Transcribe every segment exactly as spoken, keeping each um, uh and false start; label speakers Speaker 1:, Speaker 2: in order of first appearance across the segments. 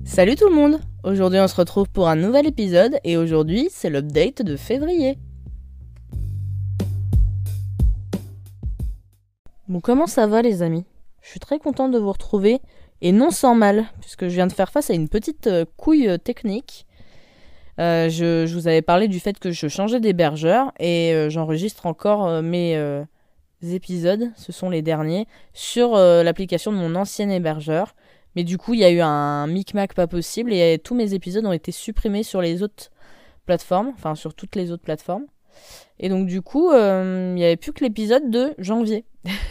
Speaker 1: Salut tout le monde! Aujourd'hui on se retrouve pour un nouvel épisode et aujourd'hui c'est l'update de février. Bon, comment ça va les amis? Je suis très contente de vous retrouver et non sans mal puisque je viens de faire face à une petite euh, couille euh, technique. Euh, je, je vous avais parlé du fait que je changeais d'hébergeur et euh, j'enregistre encore euh, mes euh, épisodes, ce sont les derniers, sur euh, l'application de mon ancien hébergeur. Mais du coup, il y a eu un micmac pas possible et tous mes épisodes ont été supprimés sur les autres plateformes, enfin sur toutes les autres plateformes. Et donc du coup, euh, il n'y avait plus que l'épisode de janvier.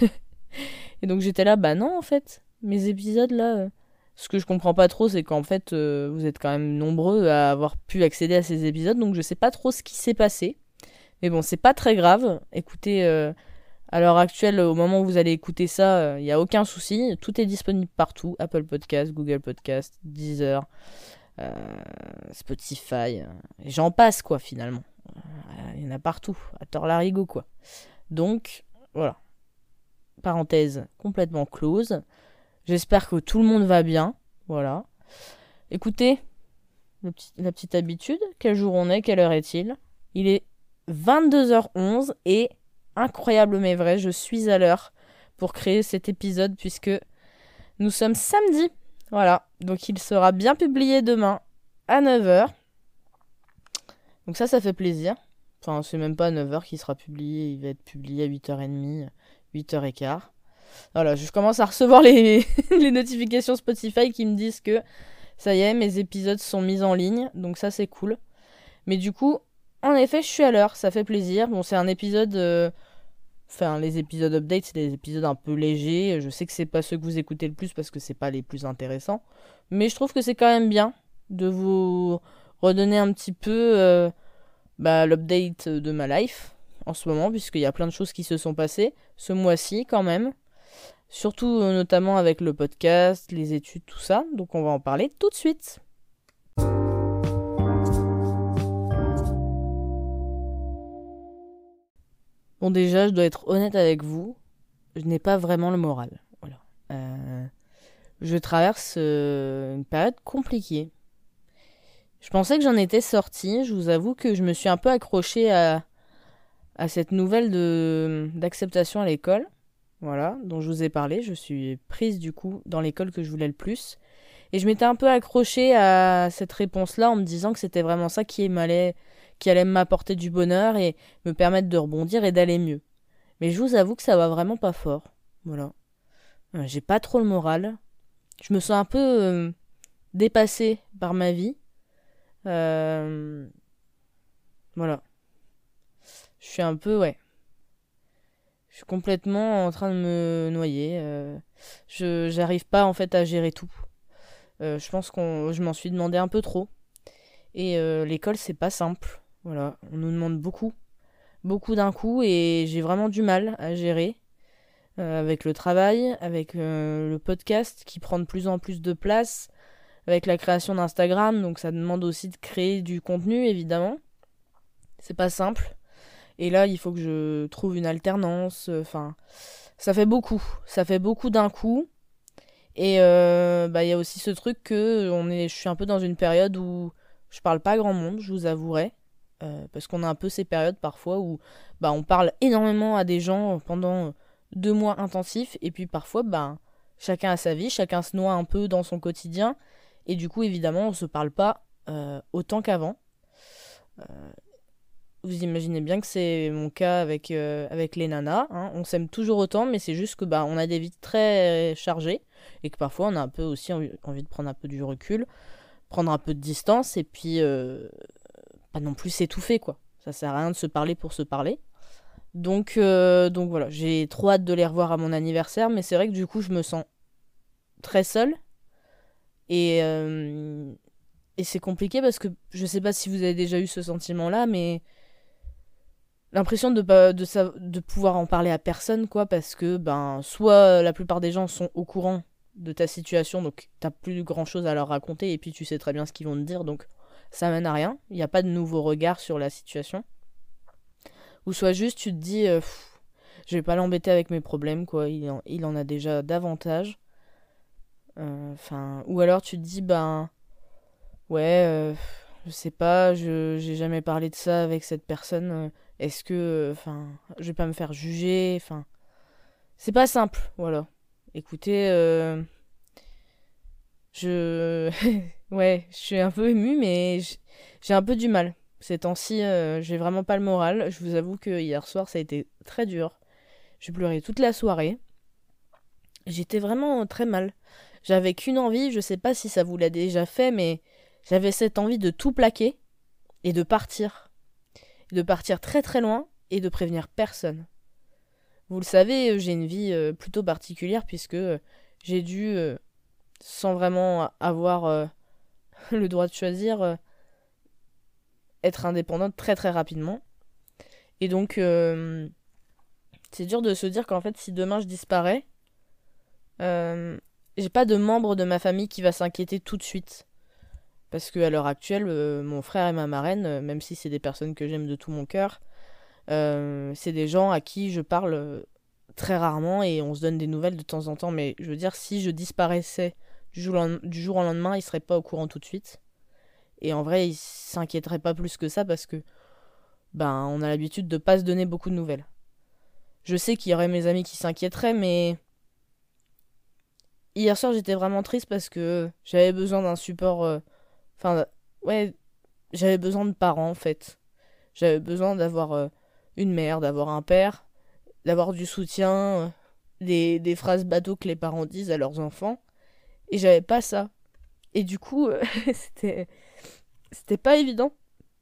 Speaker 1: Et donc j'étais là, bah non en fait, mes épisodes là... euh, Ce que je comprends pas trop, c'est qu'en fait, euh, vous êtes quand même nombreux à avoir pu accéder à ces épisodes, donc je sais pas trop ce qui s'est passé. Mais bon, c'est pas très grave. Écoutez, euh, à l'heure actuelle, au moment où vous allez écouter ça, il euh, n'y a aucun souci. Tout est disponible partout. Apple Podcast, Google Podcast, Deezer, euh, Spotify. Euh, et j'en passe, quoi, finalement. Il euh, y en a partout. À tort larigot, quoi. Donc, voilà. Parenthèse complètement close. J'espère que tout le monde va bien. Voilà. Écoutez, le petit, la petite habitude. Quel jour on est? Quelle heure est-il? Il est vingt-deux heures onze et... incroyable mais vrai, je suis à l'heure pour créer cet épisode puisque nous sommes samedi. Voilà, donc il sera bien publié demain à neuf heures. Donc ça, ça fait plaisir. Enfin, c'est même pas à neuf heures qu'il sera publié, il va être publié à huit heures trente, huit heures quinze. Voilà, je commence à recevoir les, les notifications Spotify qui me disent que ça y est, mes épisodes sont mis en ligne, donc ça c'est cool. Mais du coup, en effet, je suis à l'heure, ça fait plaisir. Bon, c'est un épisode... Euh... Enfin, les épisodes update, c'est des épisodes un peu légers. Je sais que c'est pas ceux que vous écoutez le plus parce que c'est pas les plus intéressants. Mais je trouve que c'est quand même bien de vous redonner un petit peu euh, bah, l'update de ma life en ce moment, puisqu'il y a plein de choses qui se sont passées ce mois-ci quand même. Surtout euh, notamment avec le podcast, les études, tout ça. Donc on va en parler tout de suite. Bon, déjà, je dois être honnête avec vous, je n'ai pas vraiment le moral. Voilà. Euh, je traverse euh, une période compliquée. Je pensais que j'en étais sortie. Je vous avoue que je me suis un peu accrochée à, à cette nouvelle de, d'acceptation à l'école. Voilà, dont je vous ai parlé. Je suis prise du coup dans l'école que je voulais le plus. Et je m'étais un peu accrochée à cette réponse-là en me disant que c'était vraiment ça qui m'allait... qui allait m'apporter du bonheur et me permettre de rebondir et d'aller mieux. Mais je vous avoue que ça va vraiment pas fort. Voilà. Euh, j'ai pas trop le moral. Je me sens un peu euh, dépassée par ma vie. Euh, voilà. Je suis un peu, ouais. Je suis complètement en train de me noyer. Euh, je j'arrive pas en fait à gérer tout. Euh, je pense qu'on, je m'en suis demandé un peu trop. Et euh, l'école c'est pas simple. Voilà, on nous demande beaucoup. Beaucoup d'un coup et j'ai vraiment du mal à gérer euh, avec le travail, avec euh, le podcast qui prend de plus en plus de place, avec la création d'Instagram, donc ça demande aussi de créer du contenu évidemment. C'est pas simple. Et là, il faut que je trouve une alternance, enfin, euh, ça fait beaucoup, ça fait beaucoup d'un coup. Et euh, bah il y a aussi ce truc que on est je suis un peu dans une période où je parle pas à grand monde, je vous avouerai. Euh, parce qu'on a un peu ces périodes parfois où bah, on parle énormément à des gens pendant deux mois intensifs et puis parfois bah, chacun a sa vie, chacun se noie un peu dans son quotidien et du coup évidemment on se parle pas euh, autant qu'avant. Euh, vous imaginez bien que c'est mon cas avec, euh, avec les nanas, hein. On s'aime toujours autant mais c'est juste que bah, on a des vies très chargées et que parfois on a un peu aussi envie, envie de prendre un peu du recul, prendre un peu de distance et puis... Euh, pas non plus s'étouffer quoi. Ça sert à rien de se parler pour se parler. Donc, euh, donc voilà, j'ai trop hâte de les revoir à mon anniversaire, mais c'est vrai que du coup je me sens très seule. Et, euh, et c'est compliqué parce que je sais pas si vous avez déjà eu ce sentiment-là, mais l'impression de, de, de, de pouvoir en parler à personne quoi, parce que ben soit la plupart des gens sont au courant de ta situation, donc t'as plus grand chose à leur raconter, et puis tu sais très bien ce qu'ils vont te dire, donc ça mène à rien, il n'y a pas de nouveau regard sur la situation. Ou soit juste tu te dis, euh, pff, je vais pas l'embêter avec mes problèmes, quoi, il en, il en a déjà davantage. Enfin, euh, ou alors tu te dis, ben, Ouais, euh, je sais pas, je j'ai jamais parlé de ça avec cette personne. euh, Est-ce que, enfin, je vais pas me faire juger. Enfin, c'est pas simple, voilà. Écoutez, euh, je, ouais, je suis un peu émue, mais j- j'ai un peu du mal. Ces temps-ci, euh, j'ai vraiment pas le moral. Je vous avoue que hier soir, ça a été très dur. J'ai pleuré toute la soirée. J'étais vraiment très mal. J'avais qu'une envie, je sais pas si ça vous l'a déjà fait, mais j'avais cette envie de tout plaquer et de partir. De partir très très loin et de prévenir personne. Vous le savez, euh, j'ai une vie euh, plutôt particulière puisque euh, j'ai dû, euh, sans vraiment avoir euh, le droit de choisir, euh, être indépendante très très rapidement. Et donc, euh, c'est dur de se dire qu'en fait, si demain je disparais, euh, j'ai pas de membre de ma famille qui va s'inquiéter tout de suite. Parce qu'à l'heure actuelle, euh, mon frère et ma marraine, euh, même si c'est des personnes que j'aime de tout mon cœur, euh, c'est des gens à qui je parle euh, très rarement et on se donne des nouvelles de temps en temps. Mais je veux dire, si je disparaissais du jour, au lendemain- du jour au lendemain, ils seraient pas au courant tout de suite. Et en vrai, ils s'inquiéteraient pas plus que ça parce que ben on a l'habitude de pas se donner beaucoup de nouvelles. Je sais qu'il y aurait mes amis qui s'inquiéteraient, mais hier soir j'étais vraiment triste parce que j'avais besoin d'un support. euh, Enfin, ouais, j'avais besoin de parents en fait. J'avais besoin d'avoir euh, une mère, d'avoir un père, d'avoir du soutien, euh, des, des phrases bateaux que les parents disent à leurs enfants. Et j'avais pas ça. Et du coup, euh, c'était, c'était pas évident.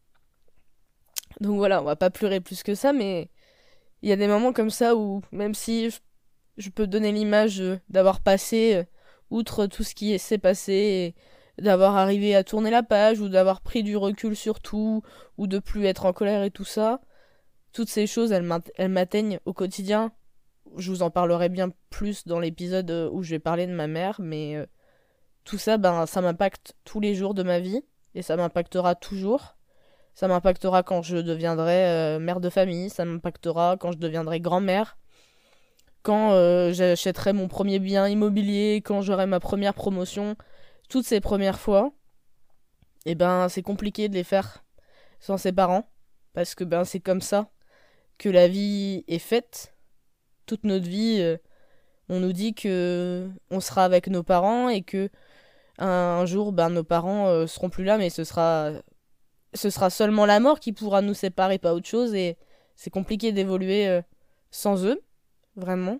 Speaker 1: Donc voilà, on va pas pleurer plus que ça, mais il y a des moments comme ça où, même si je, je peux donner l'image euh, d'avoir passé euh, outre tout ce qui s'est passé, et d'avoir arrivé à tourner la page, ou d'avoir pris du recul sur tout, ou de plus être en colère et tout ça, toutes ces choses, elles m'at- elles m'atteignent au quotidien. Je vous en parlerai bien plus dans l'épisode euh, où je vais parler de ma mère, mais euh, tout ça, ben, ça m'impacte tous les jours de ma vie, et ça m'impactera toujours. Ça m'impactera quand je deviendrai euh, mère de famille, ça m'impactera quand je deviendrai grand-mère, quand euh, j'achèterai mon premier bien immobilier, quand j'aurai ma première promotion. Toutes ces premières fois, et ben, c'est compliqué de les faire sans ses parents, parce que ben, c'est comme ça que la vie est faite. Toute notre vie, euh, on nous dit que on sera avec nos parents et que un, un jour, ben, nos parents euh, seront plus là, mais ce sera, ce sera seulement la mort qui pourra nous séparer, pas autre chose. Et c'est compliqué d'évoluer euh, sans eux, vraiment.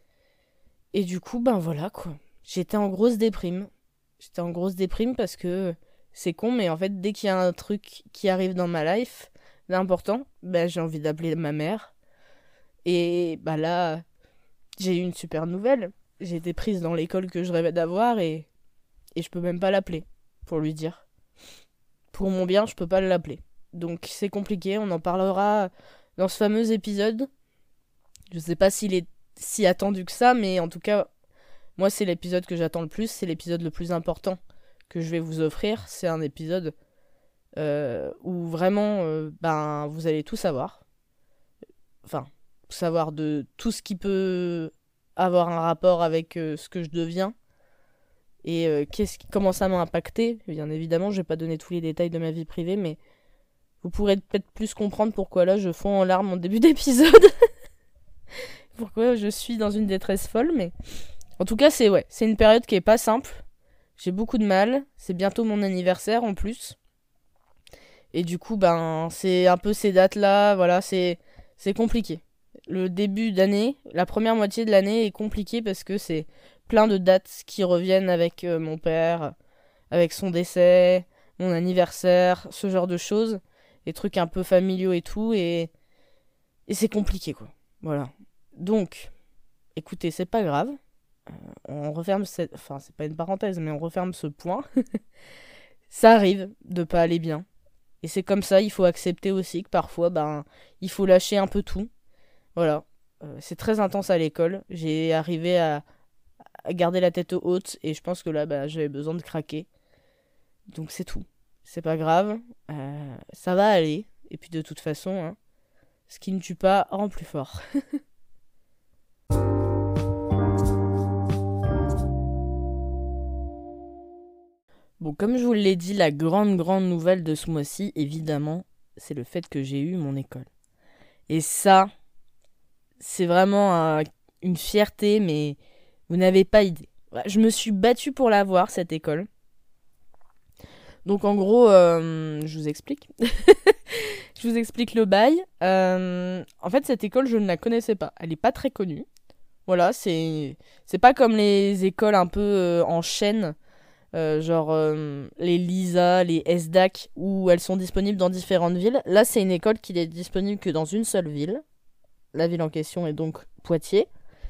Speaker 1: Et du coup, ben voilà quoi. J'étais en grosse déprime. J'étais en grosse déprime parce que c'est con, mais en fait, dès qu'il y a un truc qui arrive dans ma life, d'important, ben j'ai envie d'appeler ma mère. Et bah là, j'ai eu une super nouvelle. J'ai été prise dans l'école que je rêvais d'avoir et, et je peux même pas l'appeler pour lui dire. Pour mon bien, je peux pas l'appeler. Donc c'est compliqué, on en parlera dans ce fameux épisode. Je sais pas s'il est si attendu que ça, mais en tout cas, moi c'est l'épisode que j'attends le plus, c'est l'épisode le plus important que je vais vous offrir. C'est un épisode euh, où vraiment, euh, ben, vous allez tout savoir. Enfin, savoir de tout ce qui peut avoir un rapport avec euh, ce que je deviens et euh, qu'est-ce qui, comment ça m'a impacté. Bien évidemment, je vais pas donner tous les détails de ma vie privée, mais vous pourrez peut-être plus comprendre pourquoi là je fonds en larmes en début d'épisode, pourquoi je suis dans une détresse folle. Mais en tout cas, c'est ouais, c'est une période qui est pas simple. J'ai beaucoup de mal. C'est bientôt mon anniversaire en plus, et du coup, ben c'est un peu ces dates-là. Voilà, c'est c'est compliqué. Le début d'année, la première moitié de l'année est compliquée parce que c'est plein de dates qui reviennent avec euh, mon père, avec son décès, mon anniversaire, ce genre de choses, des trucs un peu familiaux et tout, et, et c'est compliqué quoi. Voilà. Donc, écoutez, c'est pas grave. On referme cette. Enfin, c'est pas une parenthèse, mais on referme ce point. Ça arrive de pas aller bien. Et c'est comme ça, il faut accepter aussi que parfois, ben, il faut lâcher un peu tout. Voilà. Euh, c'est très intense à l'école. J'ai arrivé à, à garder la tête haute et je pense que là, bah, j'avais besoin de craquer. Donc c'est tout. C'est pas grave. Euh, ça va aller. Et puis de toute façon, hein, ce qui ne tue pas rend plus fort. Bon, Bon, comme je vous l'ai dit, la grande, grande nouvelle de ce mois-ci, évidemment, c'est le fait que j'ai eu mon école. Et ça, c'est vraiment un- une fierté, mais vous n'avez pas idée. Ouais, je me suis battue pour l'avoir, cette école. Donc en gros, euh, je vous explique. Je vous explique le bail. Euh, en fait, cette école, je ne la connaissais pas. Elle n'est pas très connue. Voilà, c'est c'est pas comme les écoles un peu euh, en chaîne, euh, genre euh, les LISA, les S D A C, où elles sont disponibles dans différentes villes. Là, c'est une école qui n'est disponible que dans une seule ville. La ville en question est donc Poitiers.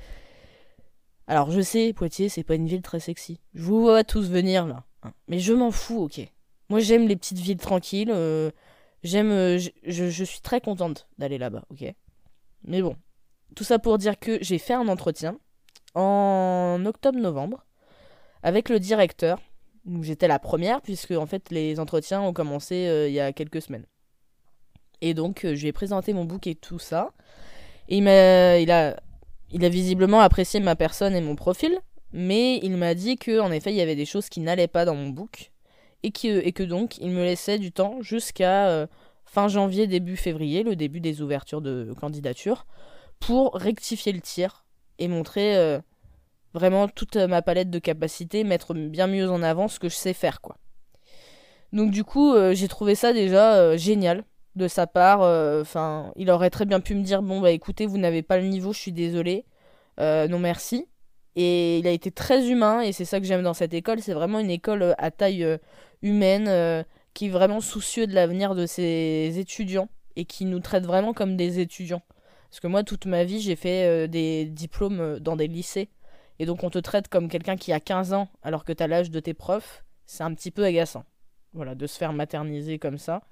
Speaker 1: Alors, je sais, Poitiers, c'est pas une ville très sexy. Je vous vois tous venir là. Hein. Mais je m'en fous, ok. Moi, j'aime les petites villes tranquilles. euh, j'aime. euh, je, je- je suis très contente d'aller là-bas, ok. Mais bon, tout ça pour dire que j'ai fait un entretien en octobre-novembre avec le directeur. Donc, j'étais la première, puisque en fait, les entretiens ont commencé euh, il y a quelques semaines. Et donc, euh, je lui ai présenté mon book et tout ça. Et il m'a, il a, il a visiblement apprécié ma personne et mon profil, mais il m'a dit que, en effet, il y avait des choses qui n'allaient pas dans mon book, et que, et que donc, il me laissait du temps jusqu'à euh, fin janvier, début février, le début des ouvertures de candidature, pour rectifier le tir et montrer euh, vraiment toute ma palette de capacités, mettre bien mieux en avant ce que je sais faire, quoi. Donc du coup, euh, j'ai trouvé ça déjà euh, génial de sa part. Enfin, il aurait très bien pu me dire bon bah écoutez, vous n'avez pas le niveau, je suis désolé, euh, non merci. Et il a été très humain et c'est ça que j'aime dans cette école. C'est vraiment une école euh, à taille euh, humaine euh, qui est vraiment soucieux de l'avenir de ses étudiants et qui nous traite vraiment comme des étudiants. Parce que moi, toute ma vie, j'ai fait euh, des diplômes euh, dans des lycées. Et donc on te traite comme quelqu'un qui a quinze ans alors que t'as l'âge de tes profs. C'est un petit peu agaçant. Voilà, de se faire materniser comme ça.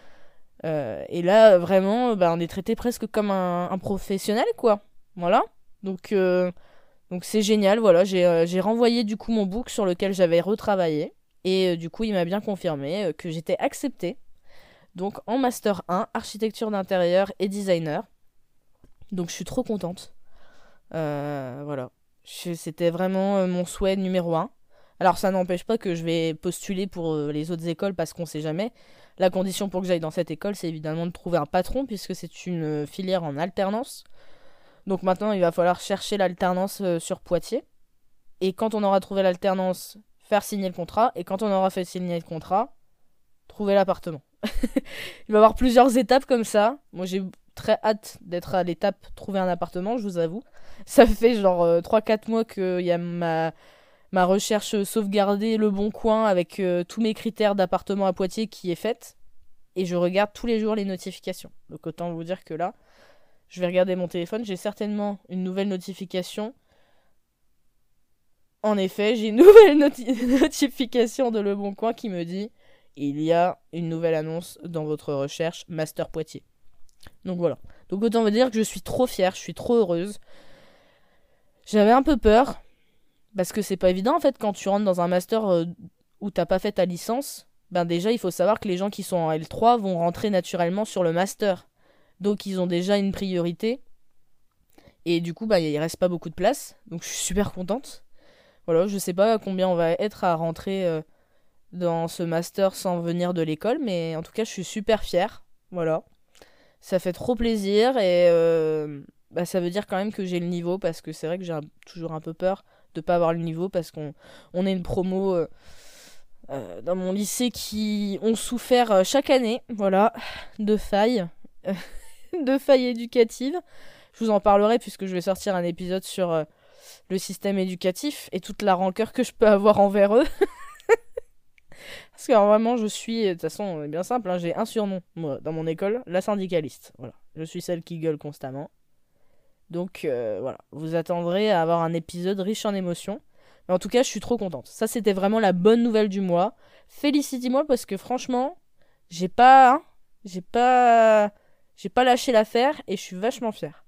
Speaker 1: Euh, et là, vraiment, bah, on est traité presque comme un, un professionnel, quoi. Voilà. Donc, euh, donc c'est génial. Voilà, j'ai euh, j'ai renvoyé du coup mon book sur lequel j'avais retravaillé. Et euh, du coup, il m'a bien confirmé euh, que j'étais acceptée. Donc, en Master un, architecture d'intérieur et designer. Donc, je suis trop contente. Euh, voilà. Je- C'était vraiment euh, mon souhait numéro un. Alors ça n'empêche pas que je vais postuler pour euh, les autres écoles parce qu'on sait jamais. La condition pour que j'aille dans cette école, c'est évidemment de trouver un patron puisque c'est une euh, filière en alternance. Donc maintenant, il va falloir chercher l'alternance euh, sur Poitiers. Et quand on aura trouvé l'alternance, faire signer le contrat. Et quand on aura fait signer le contrat, trouver l'appartement. Il va y avoir plusieurs étapes comme ça. Moi, j'ai très hâte d'être à l'étape trouver un appartement, je vous avoue. Ça fait genre euh, trois quatre mois qu'il y a ma, ma recherche sauvegardée Le Bon Coin avec euh, tous mes critères d'appartement à Poitiers qui est faite. Et je regarde tous les jours les notifications. Donc autant vous dire que là, je vais regarder mon téléphone. J'ai certainement une nouvelle notification. En effet, j'ai une nouvelle noti- notification de Le Bon Coin qui me dit il y a une nouvelle annonce dans votre recherche Master Poitiers. Donc voilà. Donc autant vous dire que je suis trop fière, je suis trop heureuse. J'avais un peu peur parce que c'est pas évident en fait quand tu rentres dans un master euh, où t'as pas fait ta licence. Ben déjà il faut savoir que les gens qui sont en L trois vont rentrer naturellement sur le master. Donc ils ont déjà une priorité. Et du coup bah il reste pas beaucoup de place. Donc je suis super contente. Voilà, je sais pas combien on va être à rentrer euh, dans ce master sans venir de l'école, mais en tout cas je suis super fière. Voilà. Ça fait trop plaisir et euh, bah, ça veut dire quand même que j'ai le niveau parce que c'est vrai que j'ai un- toujours un peu peur de pas avoir le niveau parce qu'on on est une promo euh, euh, dans mon lycée qui ont souffert euh, chaque année, voilà, de failles, de failles éducatives. Je vous en parlerai puisque je vais sortir un épisode sur euh, le système éducatif et toute la rancœur que je peux avoir envers eux. Parce que alors, vraiment, je suis, de toute façon, c'est bien simple, hein, j'ai un surnom, moi, dans mon école, la syndicaliste. Voilà. Je suis celle qui gueule constamment. Donc, euh, voilà. Vous attendrez à avoir un épisode riche en émotions. Mais en tout cas, je suis trop contente. Ça, c'était vraiment la bonne nouvelle du mois. Félicitez-moi parce que franchement, j'ai pas, hein, j'ai pas, j'ai pas lâché l'affaire et je suis vachement fière.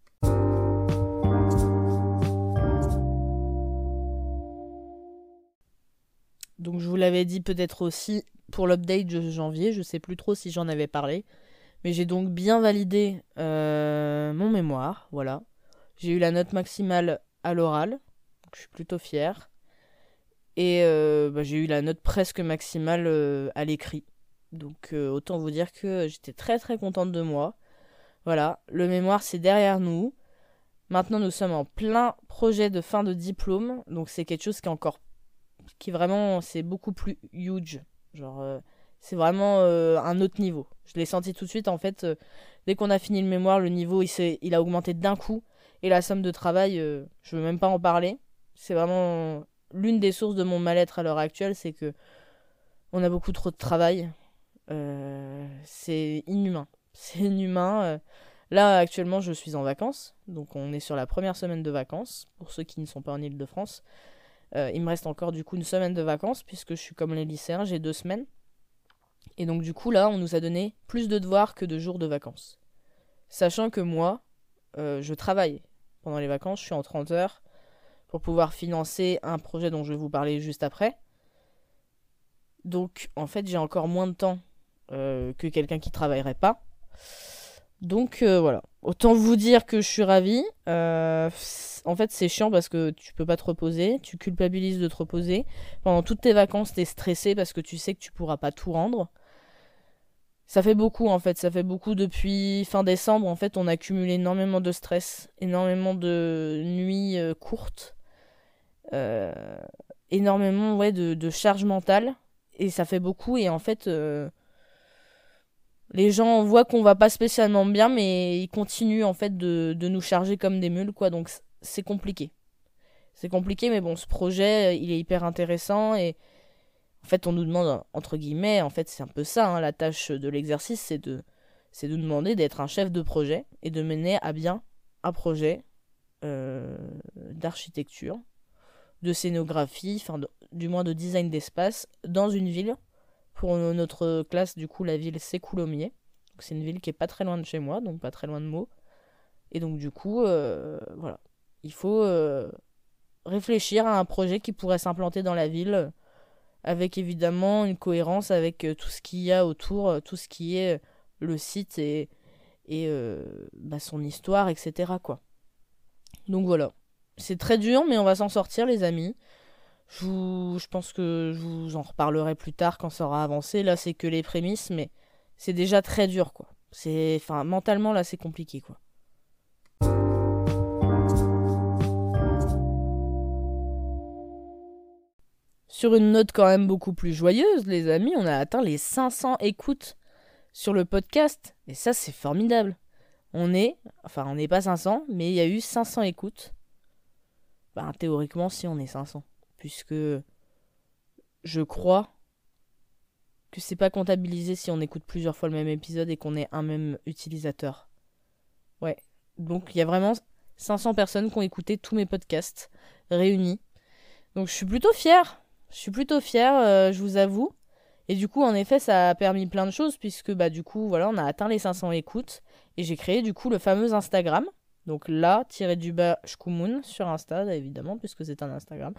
Speaker 1: Donc, je vous l'avais dit peut-être aussi pour l'update de janvier. Je sais plus trop si j'en avais parlé. Mais j'ai donc bien validé euh, mon mémoire, voilà. J'ai eu la note maximale à l'oral, donc je suis plutôt fière. Et euh, bah, j'ai eu la note presque maximale euh, à l'écrit. Donc euh, autant vous dire que j'étais très très contente de moi. Voilà, le mémoire c'est derrière nous. Maintenant nous sommes en plein projet de fin de diplôme. Donc c'est quelque chose qui est encore, qui vraiment, c'est beaucoup plus huge. Genre, euh, c'est vraiment euh, un autre niveau. Je l'ai senti tout de suite en fait. Euh, dès qu'on a fini le mémoire, le niveau il, s'est, il a augmenté d'un coup. Et la somme de travail, euh, je veux même pas en parler. C'est vraiment l'une des sources de mon mal-être à l'heure actuelle, c'est que on a beaucoup trop de travail. Euh, c'est inhumain. C'est inhumain. euh. Là, actuellement, je suis en vacances. Donc, on est sur la première semaine de vacances. Pour ceux qui ne sont pas en Île-de-France. Euh, il me reste encore, du coup, une semaine de vacances. Puisque je suis comme les lycéens, j'ai deux semaines. Et donc, du coup, là, on nous a donné plus de devoirs que de jours de vacances. Sachant que moi, euh, je travaille pendant les vacances. Je suis en trente heures pour pouvoir financer un projet dont je vais vous parler juste après. Donc, en fait, j'ai encore moins de temps euh, que quelqu'un qui travaillerait pas. Donc, euh, voilà. Autant vous dire que je suis ravie. Euh, en fait, c'est chiant parce que tu peux pas te reposer. Tu culpabilises de te reposer. Pendant toutes tes vacances, t'es stressé parce que tu sais que tu pourras pas tout rendre. Ça fait beaucoup, en fait. Ça fait beaucoup depuis fin décembre. En fait, on a accumulé énormément de stress. Énormément de nuits euh, courtes. Euh, énormément, ouais, de, de charge mentale. Et ça fait beaucoup. Et en fait... euh, les gens voient qu'on va pas spécialement bien, mais ils continuent en fait de, de nous charger comme des mules, quoi. Donc c- c'est compliqué. C'est compliqué, mais bon, ce projet, euh, il est hyper intéressant et en fait, on nous demande, entre guillemets, en fait, c'est un peu ça, hein, la tâche de l'exercice, c'est de, c'est de demander d'être un chef de projet et de mener à bien un projet euh, d'architecture, de scénographie, enfin, de- du moins de design d'espace dans une ville. Pour notre classe, du coup, la ville, c'est Coulommiers. Donc, c'est une ville qui est pas très loin de chez moi, donc pas très loin de Meaux. Et donc, du coup, euh, voilà. Il faut euh, réfléchir à un projet qui pourrait s'implanter dans la ville, avec évidemment une cohérence avec euh, tout ce qu'il y a autour, euh, tout ce qui est euh, le site et, et euh, bah, son histoire, et cetera, quoi. Donc, voilà. C'est très dur, mais on va s'en sortir, les amis. Je, vous- je pense que je vous en reparlerai plus tard quand ça aura avancé. Là, c'est que les prémices, mais c'est déjà très dur, quoi. C'est, enfin, mentalement, là, c'est compliqué, quoi. Sur une note quand même beaucoup plus joyeuse, les amis, on a atteint les cinq cents écoutes sur le podcast. Et ça, c'est formidable. On est, enfin, on n'est pas cinq cents, mais il y a eu cinq cents écoutes. Ben, théoriquement, si on est cinq cents. Puisque je crois que c'est pas comptabilisé si on écoute plusieurs fois le même épisode et qu'on est un même utilisateur. Ouais. Donc il y a vraiment cinq cents personnes qui ont écouté tous mes podcasts réunis. Donc je suis plutôt fière. Je suis plutôt fière, euh, je vous avoue. Et du coup, en effet, ça a permis plein de choses puisque bah du coup, voilà, on a atteint les cinq cents écoutes et j'ai créé du coup le fameux Instagram. Donc là, tiré du bas Shkumun sur Insta, évidemment, puisque c'est un Instagram.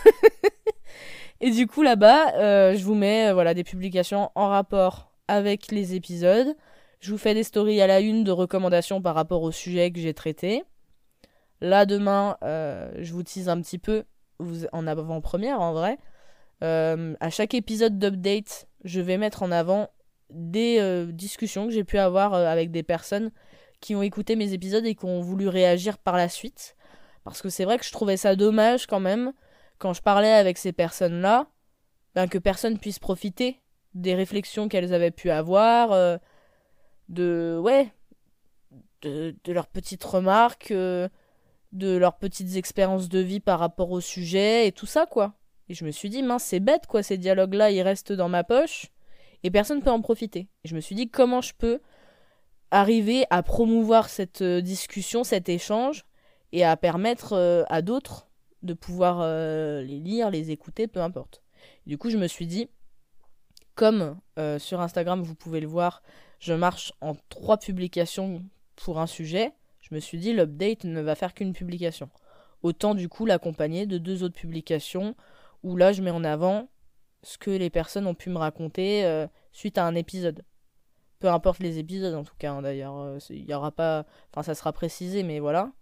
Speaker 1: Et du coup, là-bas, euh, je vous mets euh, voilà, des publications en rapport avec les épisodes. Je vous fais des stories à la une de recommandations par rapport au sujet que j'ai traité. Là, demain, euh, je vous tease un petit peu, vous, en avant-première en vrai. Euh, à chaque épisode d'update, je vais mettre en avant des euh, discussions que j'ai pu avoir euh, avec des personnes qui ont écouté mes épisodes et qui ont voulu réagir par la suite. Parce que c'est vrai que je trouvais ça dommage quand même, quand je parlais avec ces personnes-là, ben, que personne puisse profiter des réflexions qu'elles avaient pu avoir, euh, de, ouais, de, de leurs petites remarques, euh, de leurs petites expériences de vie par rapport au sujet et tout ça, quoi. Et je me suis dit, mince, c'est bête, quoi, ces dialogues-là, ils restent dans ma poche et personne ne peut en profiter. Et je me suis dit, comment je peux arriver à promouvoir cette euh, discussion, cet échange et à permettre euh, à d'autres de pouvoir euh, les lire, les écouter, peu importe. Du coup, je me suis dit, comme euh, sur Instagram, vous pouvez le voir, je marche en trois publications pour un sujet. Je me suis dit, l'update ne va faire qu'une publication. Autant du coup l'accompagner de deux autres publications où là, je mets en avant ce que les personnes ont pu me raconter euh, suite à un épisode. Peu importe les épisodes en tout cas, hein, d'ailleurs. Il euh, y aura pas... Enfin, ça sera précisé, mais voilà.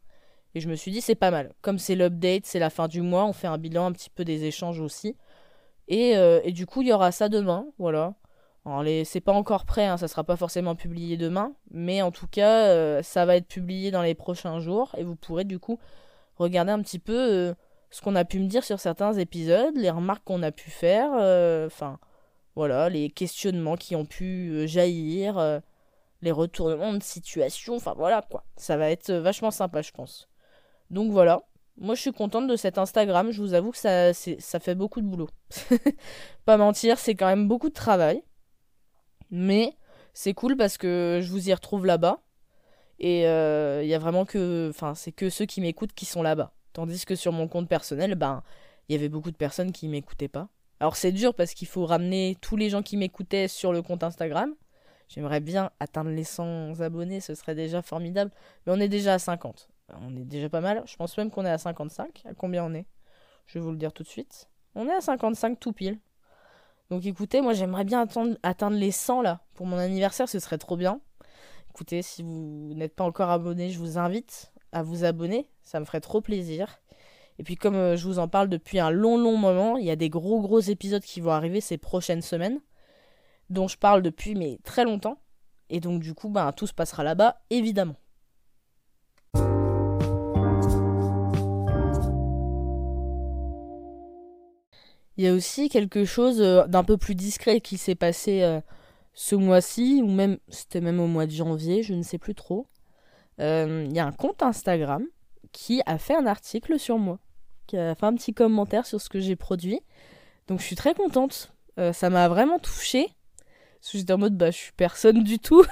Speaker 1: Et je me suis dit, c'est pas mal. Comme c'est l'update, c'est la fin du mois, on fait un bilan un petit peu des échanges aussi. Et, euh, et du coup, il y aura ça demain, voilà. Alors, les... c'est pas encore prêt, hein, ça sera pas forcément publié demain. Mais en tout cas, euh, ça va être publié dans les prochains jours. Et vous pourrez du coup regarder un petit peu euh, ce qu'on a pu me dire sur certains épisodes, les remarques qu'on a pu faire. euh, Enfin, voilà, les questionnements qui ont pu euh, jaillir. euh, les retournements de situation, enfin voilà quoi. Ça va être euh, vachement sympa, je pense. Donc voilà. Moi, je suis contente de cet Instagram. Je vous avoue que ça, c'est- ça fait beaucoup de boulot. Pas mentir, c'est quand même beaucoup de travail. Mais c'est cool parce que je vous y retrouve là-bas. Et euh, il y a vraiment que... Enfin, c'est que ceux qui m'écoutent qui sont là-bas. Tandis que sur mon compte personnel, ben, il y avait beaucoup de personnes qui m'écoutaient pas. Alors c'est dur parce qu'il faut ramener tous les gens qui m'écoutaient sur le compte Instagram. J'aimerais bien atteindre les cent abonnés, ce serait déjà formidable. Mais on est déjà à cinquante. On est déjà pas mal. Je pense même qu'on est à cinquante-cinq. À combien on est? Je vais vous le dire tout de suite. On est à cinquante-cinq tout pile. Donc écoutez, moi j'aimerais bien attendre- atteindre les cent là. Pour mon anniversaire, ce serait trop bien. Écoutez, si vous n'êtes pas encore abonné, je vous invite à vous abonner. Ça me ferait trop plaisir. Et puis comme euh, je vous en parle depuis un long long moment, il y a des gros gros épisodes qui vont arriver ces prochaines semaines, dont je parle depuis mais très longtemps. Et donc du coup, ben, tout se passera là-bas, évidemment. Il y a aussi quelque chose euh, d'un peu plus discret qui s'est passé euh, ce mois-ci, ou même, c'était même au mois de janvier, je ne sais plus trop. Euh, Il y a un compte Instagram qui a fait un article sur moi, qui a fait un petit commentaire sur ce que j'ai produit. Donc je suis très contente. Euh, ça m'a vraiment touchée. Parce que j'étais en mode, bah, je suis personne du tout.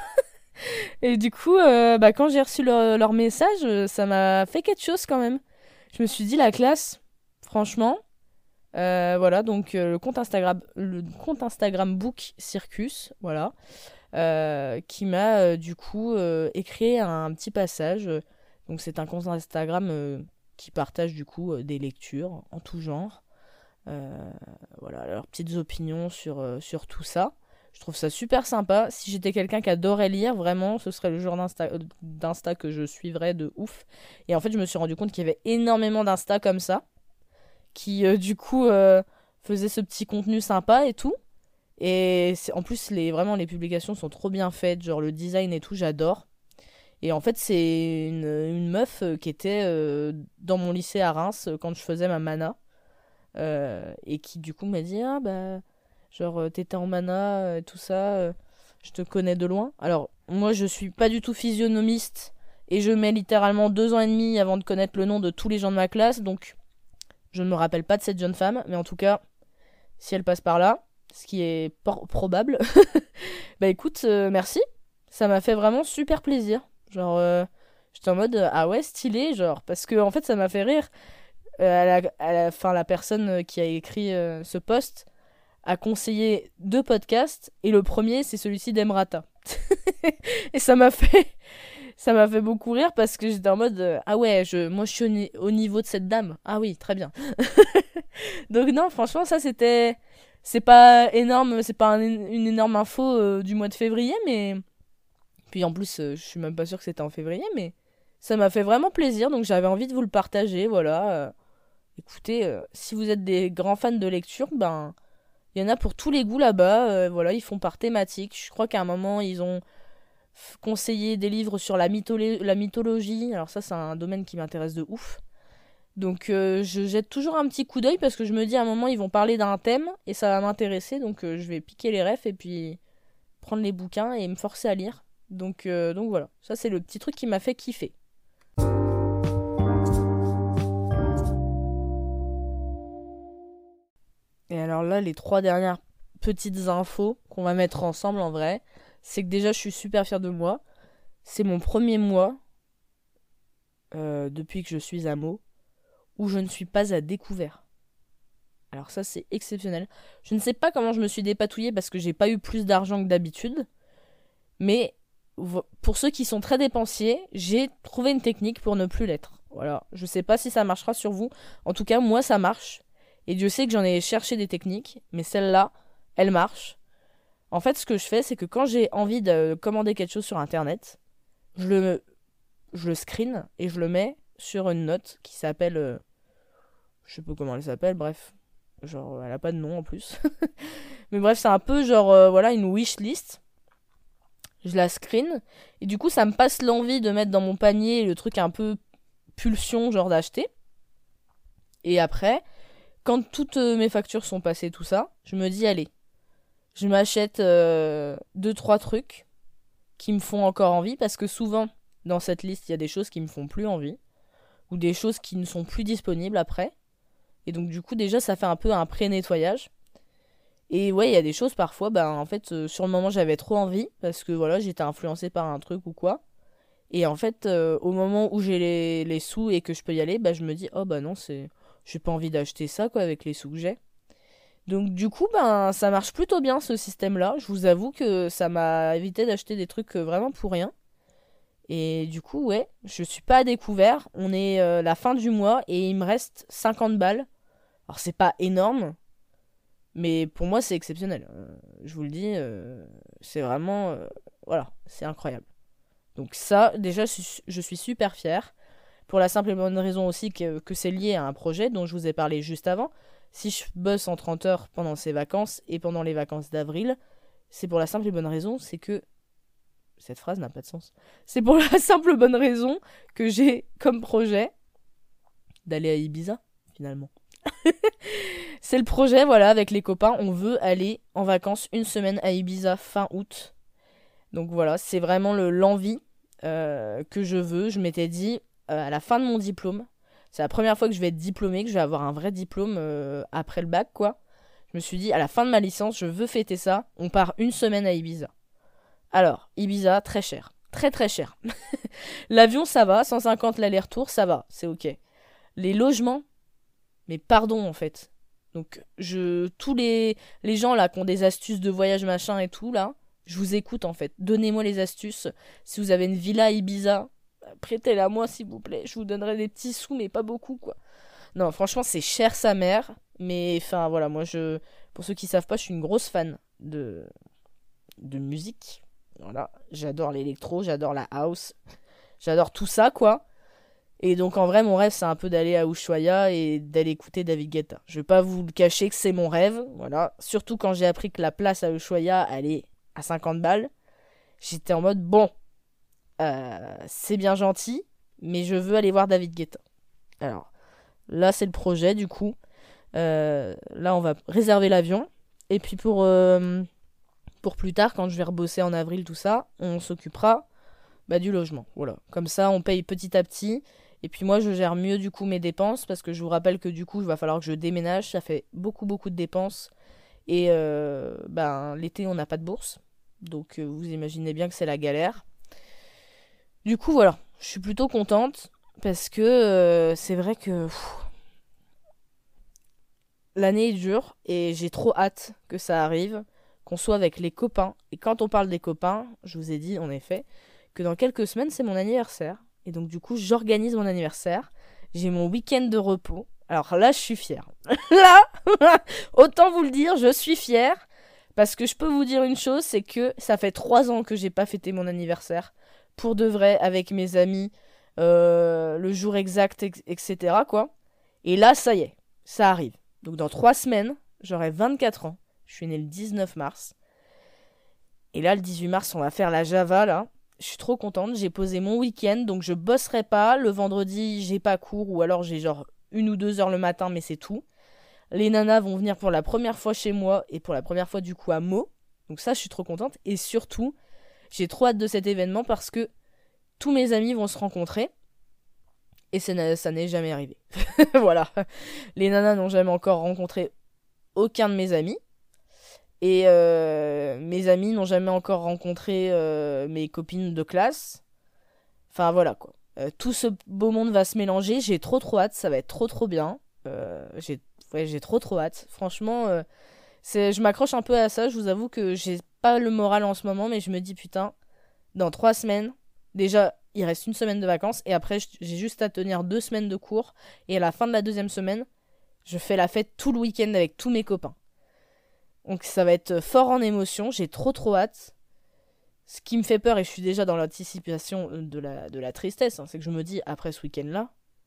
Speaker 1: Et du coup, euh, bah, quand j'ai reçu leur, leur message, euh, ça m'a fait quelque chose quand même. Je me suis dit, la classe, franchement, euh, voilà, donc euh, le compte Instagram, le compte Instagram Book Circus, voilà, euh, qui m'a euh, du coup euh, écrit un petit passage. Donc c'est un compte Instagram euh, qui partage du coup euh, des lectures en tout genre. Euh, voilà, leurs petites opinions sur, euh, sur tout ça. Je trouve ça super sympa. Si j'étais quelqu'un qui adorait lire, vraiment, ce serait le genre d'Insta, euh, d'Insta que je suivrais de ouf. Et en fait, je me suis rendu compte qu'il y avait énormément d'Insta comme ça, qui euh, du coup euh, faisaient ce petit contenu sympa et tout. Et c'est- en plus, les, vraiment, les publications sont trop bien faites, genre le design et tout, j'adore. Et en fait, c'est une, une meuf euh, qui était euh, dans mon lycée à Reims euh, quand je faisais ma mana. Euh, et qui du coup m'a dit ah bah genre euh, t'étais en mana euh, tout ça euh, je te connais de loin. Alors moi je suis pas du tout physionomiste et je mets littéralement deux ans et demi avant de connaître le nom de tous les gens de ma classe, donc je ne me rappelle pas de cette jeune femme, mais en tout cas si elle passe par là, ce qui est por- probable, bah écoute, euh, merci, ça m'a fait vraiment super plaisir. Genre euh, j'étais en mode euh, ah ouais stylé, genre parce que en fait ça m'a fait rire. Euh, à la, à la fin, la personne euh, qui a écrit euh, ce post a conseillé deux podcasts et le premier c'est celui-ci d'Emrata. Et ça m'a fait ça m'a fait beaucoup rire parce que j'étais en mode euh, ah ouais, je moi je suis au, ni- au niveau de cette dame. Ah oui, très bien. Donc non, franchement ça c'était c'est pas énorme, c'est pas un- une énorme info euh, du mois de février, mais puis en plus euh, je suis même pas sûre que c'était en février, mais ça m'a fait vraiment plaisir, donc j'avais envie de vous le partager, voilà. euh, Écoutez, euh, si vous êtes des grands fans de lecture, ben il y en a pour tous les goûts là-bas. euh, voilà, ils font par thématique. Je crois qu'à un moment ils ont f- conseillé des livres sur la, mytholo- la mythologie. Alors ça, c'est un domaine qui m'intéresse de ouf. Donc euh, je jette toujours un petit coup d'œil parce que je me dis à un moment ils vont parler d'un thème et ça va m'intéresser. Donc euh, je vais piquer les refs et puis prendre les bouquins et me forcer à lire. Donc, euh, donc voilà, ça c'est le petit truc qui m'a fait kiffer. Et alors là, les trois dernières petites infos qu'on va mettre ensemble en vrai, c'est que déjà je suis super fière de moi. C'est mon premier mois euh, depuis que je suis à Meaux où je ne suis pas à découvert. Alors ça c'est exceptionnel. Je ne sais pas comment je me suis dépatouillée parce que j'ai pas eu plus d'argent que d'habitude, mais vo- pour ceux qui sont très dépensiers, j'ai trouvé une technique pour ne plus l'être. Voilà, je sais pas si ça marchera sur vous. En tout cas, moi ça marche. Et Dieu sait que j'en ai cherché des techniques, mais celle-là, elle marche. En fait, ce que je fais, c'est que quand j'ai envie de commander quelque chose sur internet, je le, je le screen et je le mets sur une note qui s'appelle... euh, je sais pas comment elle s'appelle, bref. Genre, elle a pas de nom en plus. Mais bref, c'est un peu genre, euh, voilà, une wish list. Je la screen. Et du coup, ça me passe l'envie de mettre dans mon panier le truc un peu pulsion, genre d'acheter. Et après, quand toutes euh, mes factures sont passées, tout ça, je me dis, allez, je m'achète euh, deux trois trucs qui me font encore envie. Parce que souvent, dans cette liste, il y a des choses qui me font plus envie. Ou des choses qui ne sont plus disponibles après. Et donc, du coup, déjà, ça fait un peu un pré-nettoyage. Et ouais, il y a des choses parfois, ben en fait, euh, sur le moment, j'avais trop envie, parce que voilà, j'étais influencée par un truc ou quoi. Et en fait, euh, au moment où j'ai les, les sous et que je peux y aller, bah je me dis, oh bah non, c'est, j'ai pas envie d'acheter ça, quoi, avec les sous que j'ai. Donc du coup, ben ça marche plutôt bien, ce système-là. Je vous avoue que ça m'a évité d'acheter des trucs euh, vraiment pour rien. Et du coup, ouais, je suis pas à découvert. On est euh, la fin du mois et il me reste cinquante balles. Alors c'est pas énorme, mais pour moi, c'est exceptionnel. Euh, je vous le dis, euh, c'est vraiment... euh, voilà, c'est incroyable. Donc ça, déjà, je suis, je suis super fière. Pour la simple et bonne raison aussi que, que c'est lié à un projet dont je vous ai parlé juste avant. Si je bosse en trente heures pendant ces vacances et pendant les vacances d'avril, c'est pour la simple et bonne raison, c'est que... Cette phrase n'a pas de sens. C'est pour la simple bonne raison que j'ai comme projet d'aller à Ibiza, finalement. C'est le projet, voilà, avec les copains. On veut aller en vacances une semaine à Ibiza fin août. Donc voilà, c'est vraiment le, l'envie euh, que je veux. Je m'étais dit, euh, à la fin de mon diplôme, c'est la première fois que je vais être diplômée, que je vais avoir un vrai diplôme euh, après le bac, quoi. Je me suis dit, à la fin de ma licence, je veux fêter ça. On part une semaine à Ibiza. Alors, Ibiza, très cher. Très très cher. L'avion, ça va. cent cinquante l'aller-retour, ça va. C'est ok. Les logements, mais pardon en fait. Donc, je, tous les, les gens là qui ont des astuces de voyage machin et tout là, je vous écoute en fait. Donnez-moi les astuces. Si vous avez une villa à Ibiza, prêtez-la moi s'il vous plaît. Je vous donnerai des petits sous, mais pas beaucoup quoi. Non, franchement, c'est cher sa mère. Mais enfin voilà, moi je. Pour ceux qui savent pas, je suis une grosse fan de, de musique. Voilà, j'adore l'électro, j'adore la house, j'adore tout ça quoi. Et donc en vrai mon rêve c'est un peu d'aller à Ushuaia et d'aller écouter David Guetta. Je vais pas vous le cacher que c'est mon rêve, voilà. Surtout quand j'ai appris que la place à Ushuaia elle est à cinquante balles. J'étais en mode bon, euh, c'est bien gentil, mais je veux aller voir David Guetta. Alors là c'est le projet du coup. Euh, là on va réserver l'avion. Et puis pour... euh, Pour plus tard, quand je vais rebosser en avril, tout ça, on s'occupera bah, du logement. Voilà. Comme ça, on paye petit à petit. Et puis moi, je gère mieux du coup mes dépenses parce que je vous rappelle que du coup, il va falloir que je déménage. Ça fait beaucoup, beaucoup de dépenses. Et euh, ben, l'été, on n'a pas de bourse. Donc euh, vous imaginez bien que c'est la galère. Du coup, voilà. Je suis plutôt contente parce que euh, c'est vrai que pff, l'année est dure et j'ai trop hâte que ça arrive. Qu'on soit avec les copains. Et quand on parle des copains, je vous ai dit en effet que dans quelques semaines c'est mon anniversaire. Et donc du coup j'organise mon anniversaire. J'ai mon week-end de repos. Alors là je suis fière. Là, autant vous le dire, je suis fière. Parce que je peux vous dire une chose, c'est que ça fait trois ans que j'ai pas fêté mon anniversaire. Pour de vrai, avec mes amis, euh, le jour exact, et cetera quoi. Et là ça y est, ça arrive. Donc dans trois semaines, j'aurai vingt-quatre ans. Je suis née le dix-neuf mars. Et là, le dix-huit mars, on va faire la Java, là. Je suis trop contente. J'ai posé mon week-end, donc je bosserai pas. Le vendredi, j'ai pas cours, ou alors j'ai genre une ou deux heures le matin, mais c'est tout. Les nanas vont venir pour la première fois chez moi, et pour la première fois, du coup, à Meaux. Donc ça, je suis trop contente. Et surtout, j'ai trop hâte de cet événement parce que tous mes amis vont se rencontrer. Et ça, ça n'est jamais arrivé. Voilà. Les nanas n'ont jamais encore rencontré aucun de mes amis. Et euh, mes amis n'ont jamais encore rencontré euh, mes copines de classe. Enfin voilà quoi. Euh, tout ce beau monde va se mélanger. J'ai trop trop hâte. Ça va être trop trop bien. Euh, j'ai ouais, j'ai trop trop hâte. Franchement, euh, c'est, je m'accroche un peu à ça. Je vous avoue que j'ai pas le moral en ce moment. Mais je me dis putain, dans trois semaines, déjà il reste une semaine de vacances. Et après j'ai juste à tenir deux semaines de cours. Et à la fin de la deuxième semaine, je fais la fête tout le week-end avec tous mes copains. Donc ça va être fort en émotion, j'ai trop trop hâte. Ce qui me fait peur, et je suis déjà dans l'anticipation de la, de la tristesse, hein, c'est que je me dis, après ce week-end-là,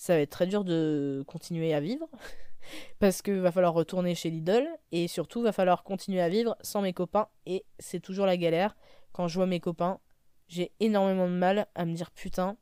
Speaker 1: ça va être très dur de continuer à vivre. Parce qu'il va falloir retourner chez Lidl. Et surtout, va falloir continuer à vivre sans mes copains. Et c'est toujours la galère. Quand je vois mes copains, j'ai énormément de mal à me dire putain,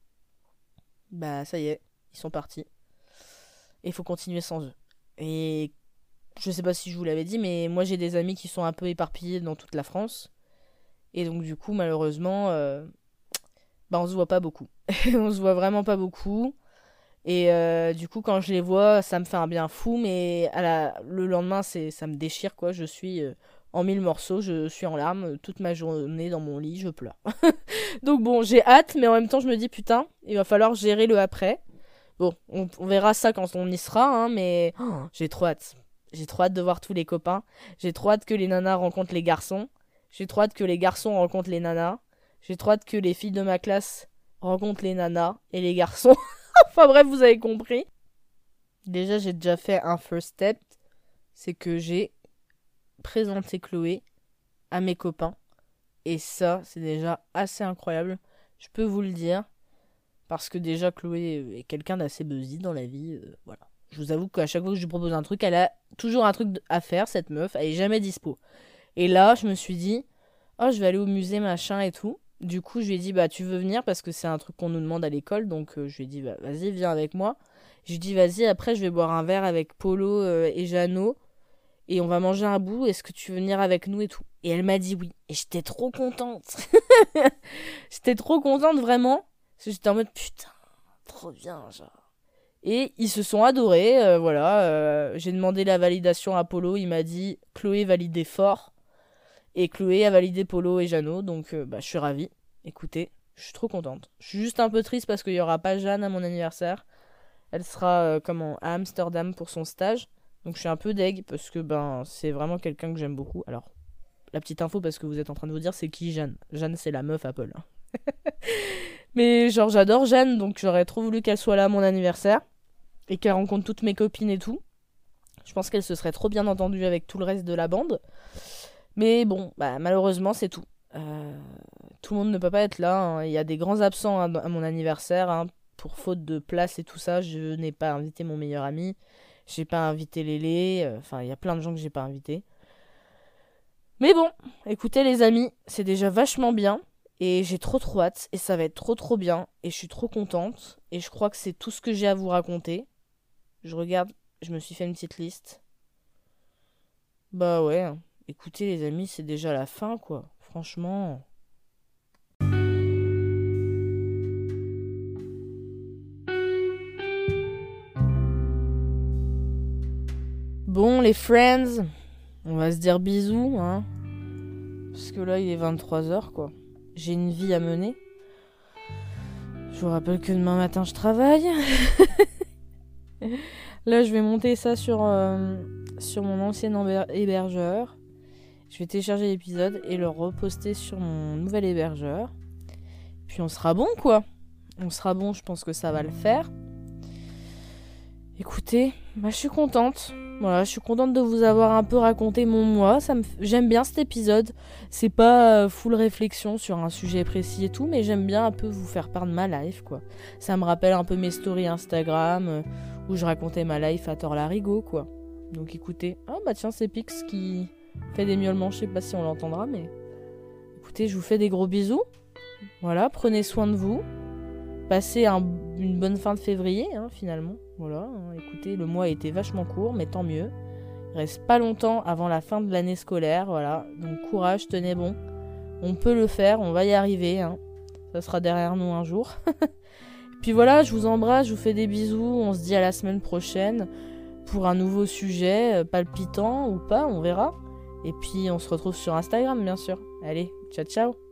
Speaker 1: bah ça y est, ils sont partis. Et il faut continuer sans eux. Et je sais pas si je vous l'avais dit, mais moi j'ai des amis qui sont un peu éparpillés dans toute la France. Et donc du coup, malheureusement, euh, bah on se voit pas beaucoup. On se voit vraiment pas beaucoup. Et euh, du coup, quand je les vois, ça me fait un bien fou, mais à la, le lendemain, c'est, ça me déchire, quoi. Je suis euh, en mille morceaux, je suis en larmes euh, toute ma journée dans mon lit, je pleure. Donc bon, j'ai hâte, mais en même temps, je me dis, putain, il va falloir gérer le après. Bon, on, on verra ça quand on y sera, hein, mais oh, j'ai trop hâte. J'ai trop hâte de voir tous les copains. J'ai trop hâte que les nanas rencontrent les garçons. J'ai trop hâte que les garçons rencontrent les nanas. J'ai trop hâte que les filles de ma classe rencontrent les nanas et les garçons. Enfin bref, vous avez compris. Déjà, j'ai déjà fait un first step. C'est que j'ai présenté Chloé à mes copains. Et ça, c'est déjà assez incroyable. Je peux vous le dire. Parce que déjà, Chloé est quelqu'un d'assez busy dans la vie. Euh, voilà. Je vous avoue qu'à chaque fois que je lui propose un truc, elle a toujours un truc à faire, cette meuf. Elle est jamais dispo. Et là, je me suis dit, oh, je vais aller au musée, machin et tout. Du coup, je lui ai dit, bah, tu veux venir parce que c'est un truc qu'on nous demande à l'école. Donc, euh, je lui ai dit, bah, vas-y, viens avec moi. Je lui ai dit, vas-y, après, je vais boire un verre avec Polo euh, et Jeannot. Et on va manger un bout. Est-ce que tu veux venir avec nous et tout? Et elle m'a dit oui. Et j'étais trop contente. J'étais trop contente, vraiment. Parce que j'étais en mode, putain, trop bien, genre. Et ils se sont adorés, euh, voilà. Euh, j'ai demandé la validation à Polo. Il m'a dit, Chloé validé fort. Et Chloé a validé Polo et Jeannot, donc euh, bah, je suis ravie. Écoutez, je suis trop contente. Je suis juste un peu triste parce qu'il n'y aura pas Jeanne à mon anniversaire. Elle sera euh, comment, à Amsterdam pour son stage. Donc je suis un peu deg parce que ben c'est vraiment quelqu'un que j'aime beaucoup. Alors, la petite info parce que vous êtes en train de vous dire, c'est qui Jeanne? Jeanne, c'est la meuf Apple. Mais genre j'adore Jeanne, donc j'aurais trop voulu qu'elle soit là à mon anniversaire. Et qu'elle rencontre toutes mes copines et tout. Je pense qu'elle se serait trop bien entendue avec tout le reste de la bande. Mais bon, bah, malheureusement, c'est tout. Euh, tout le monde ne peut pas être là. Hein. Il y a des grands absents à, à mon anniversaire. Hein. Pour faute de place et tout ça, je n'ai pas invité mon meilleur ami. J'ai pas invité Lélé. Enfin, il y a plein de gens que j'ai pas invités. Mais bon, écoutez les amis, c'est déjà vachement bien. Et j'ai trop trop hâte. Et ça va être trop trop bien. Et je suis trop contente. Et je crois que c'est tout ce que j'ai à vous raconter. Je regarde, je me suis fait une petite liste. Bah ouais. Écoutez les amis, c'est déjà la fin quoi, franchement. Bon les friends, on va se dire bisous, hein. Parce que là il est vingt-trois heures quoi. J'ai une vie à mener. Je vous rappelle que demain matin je travaille. Là je vais monter ça sur, euh, sur mon ancien hébergeur. Je vais télécharger l'épisode et le reposter sur mon nouvel hébergeur. Puis on sera bon quoi. On sera bon, je pense que ça va le faire. Écoutez, bah, je suis contente. Voilà, je suis contente de vous avoir un peu raconté mon mois. Ça me... J'aime bien cet épisode. C'est pas euh, full réflexion sur un sujet précis et tout, mais j'aime bien un peu vous faire part de ma life quoi. Ça me rappelle un peu mes stories Instagram euh, où je racontais ma life à tort larigot quoi. Donc écoutez, ah bah tiens c'est Pix qui fait des miaulements, je sais pas si on l'entendra, mais écoutez, je vous fais des gros bisous. Voilà, prenez soin de vous. Passez un, une bonne fin de février, hein, finalement. Voilà, hein, écoutez, le mois a été vachement court, mais tant mieux. Il reste pas longtemps avant la fin de l'année scolaire, voilà. Donc courage, tenez bon. On peut le faire, on va y arriver, hein. Ça sera derrière nous un jour. Puis voilà, je vous embrasse, je vous fais des bisous. On se dit à la semaine prochaine pour un nouveau sujet, palpitant ou pas, on verra. Et puis on se retrouve sur Instagram, bien sûr. Allez, ciao ciao.